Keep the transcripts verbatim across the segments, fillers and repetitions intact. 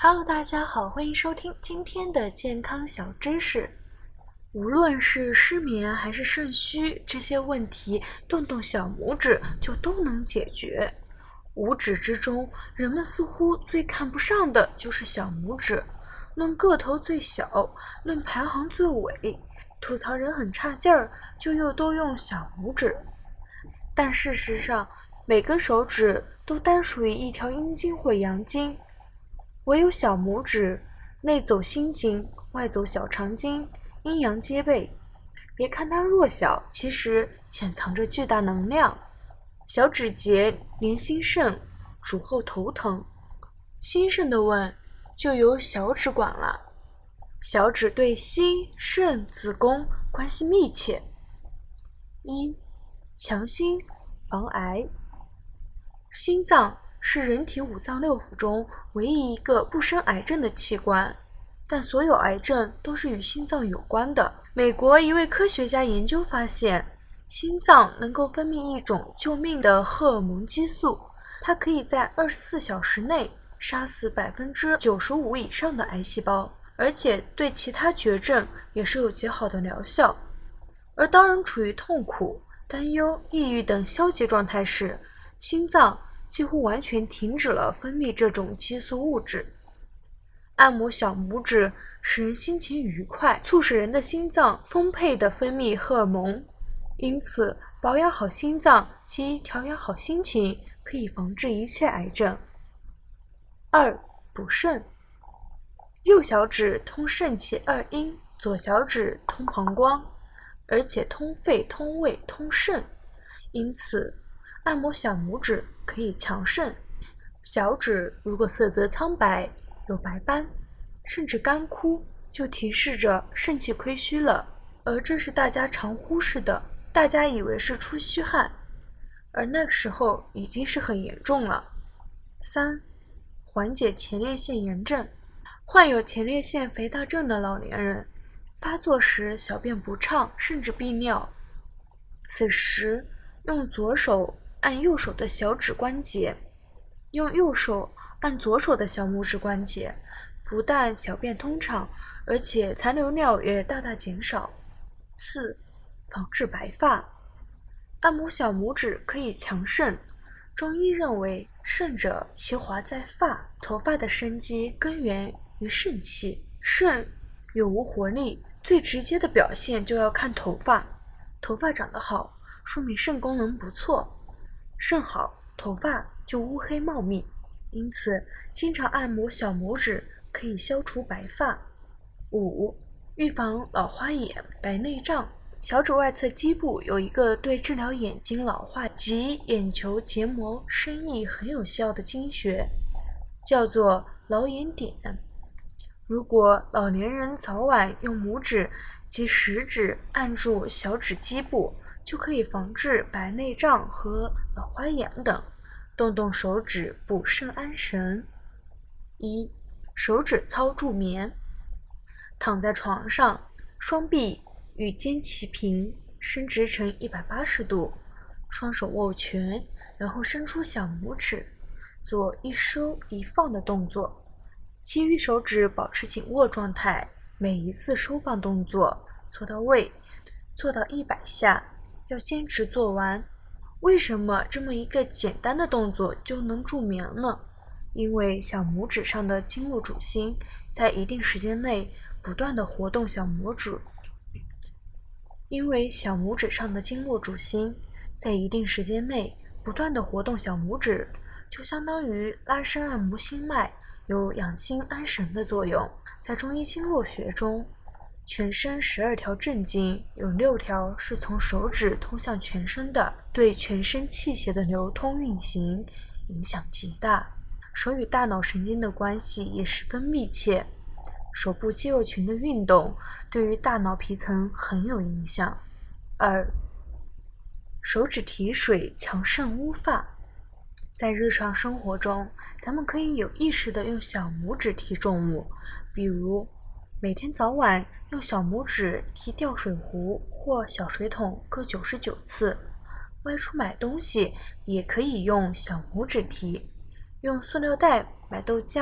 Hello， 大家好，欢迎收听今天的健康小知识。无论是失眠还是肾虚，这些问题动动小拇指就都能解决。五指之中，人们似乎最看不上的就是小拇指，论个头最小，论排行最尾，吐槽人很差劲儿，就又都用小拇指。但事实上，每根手指都单属于一条阴经或阳经，唯有小拇指内走心经，外走小肠经，阴阳皆备。别看它弱小，其实潜藏着巨大能量。小指节连心肾，主后头疼。心肾的问就由小指管了。小指对心、肾、子宫关系密切。一、强心防癌。心脏是人体五脏六腑中唯一一个不生癌症的器官，但所有癌症都是与心脏有关的。美国一位科学家研究发现，心脏能够分泌一种救命的荷尔蒙激素，它可以在二十四小时内杀死百分之九十五以上的癌细胞，而且对其他绝症也是有极好的疗效。而当人处于痛苦、担忧、抑郁等消极状态时，心脏几乎完全停止了分泌这种激素物质。按摩小拇指使人心情愉快，促使人的心脏丰沛地分泌荷尔蒙，因此保养好心脏及调养好心情，可以防治一切癌症。二、补肾。右小指通肾气二阴，左小指通膀胱，而且通肺、通胃、通肾，因此按摩小拇指可以强肾。小指如果色泽苍白，有白斑，甚至干枯，就提示着肾气亏虚了，而这是大家常忽视的。大家以为是出虚汗，而那个时候已经是很严重了。三、缓解前列腺炎症。患有前列腺肥大症的老年人，发作时小便不畅，甚至闭尿，此时用左手按右手的小指关节，用右手按左手的小拇指关节，不但小便通畅，而且残留尿也大大减少。四、防治白发。按摩小拇指可以强肾。中医认为，肾者其华在发，头发的生机根源于肾气。肾有无活力，最直接的表现就要看头发。头发长得好，说明肾功能不错，肾好，头发就乌黑茂密，因此经常按摩小拇指可以消除白发。五、预防老花眼、白内障。小指外侧基部有一个对治疗眼睛老化及眼球结膜生意很有效的经穴，叫做老眼点。如果老年人早晚用拇指及食指按住小指基部，就可以防治白内障和老花眼等。动动手指补肾安神。一、手指操助眠。躺在床上，双臂与肩齐平，伸直成一百八十度，双手握拳，然后伸出小拇指，做一收一放的动作，其余手指保持紧握状态，每一次收放动作做到位，做到一百下，要坚持做完。为什么这么一个简单的动作就能助眠呢？因为小拇指上的经络主心在一定时间内不断的活动小拇指，因为小拇指上的经络主心在一定时间内不断的活动小拇指，就相当于拉伸按摩心脉，有养心安神的作用。在中医经络学中，全身十二条正经有六条是从手指通向全身的，对全身气血的流通运行影响极大。手与大脑神经的关系也十分密切，手部肌肉群的运动对于大脑皮层很有影响。二、手指提水强肾乌发。在日常生活中，咱们可以有意识地用小拇指提重物，比如每天早晚用小拇指提吊水壶或小水桶各九十九次。外出买东西也可以用小拇指提，用塑料袋买豆浆或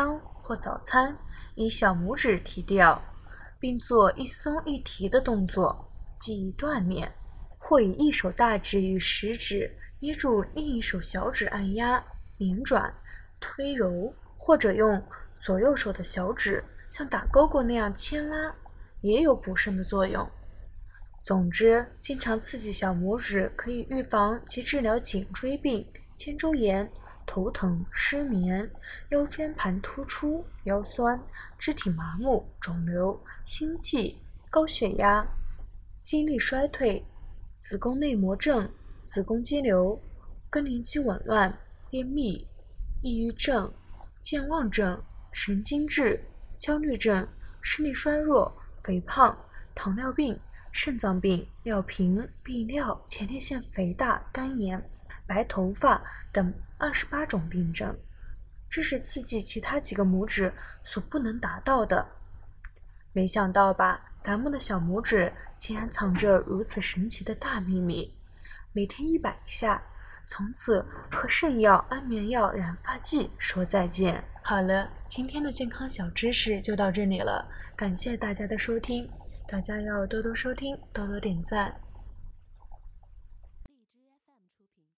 或早餐，以小拇指提掉，并做一松一提的动作，记忆锻炼。或以一手大指与食指捏住另一手小指按压、拧转、推揉，或者用左右手的小指像打勾勾那样牵拉，也有补肾的作用。总之，经常刺激小拇指可以预防及治疗颈椎病、肩周炎、头疼、失眠、腰间盘突出、腰酸、肢体麻木、肿瘤、心悸、高血压、精力衰退、子宫内膜症、子宫肌瘤、更年期紊乱、便秘、抑郁症、健忘症、神经质、焦虑症、视力衰弱、肥胖、糖尿病、肾脏病、尿频、泌尿、前列腺肥大、肝炎、白头发等二十八种病症，这是刺激其他几个拇指所不能达到的。没想到吧，咱们的小拇指竟然藏着如此神奇的大秘密。每天一百下，从此和肾药、安眠药、染发剂说再见。好了，今天的健康小知识就到这里了，感谢大家的收听，大家要多多收听，多多点赞。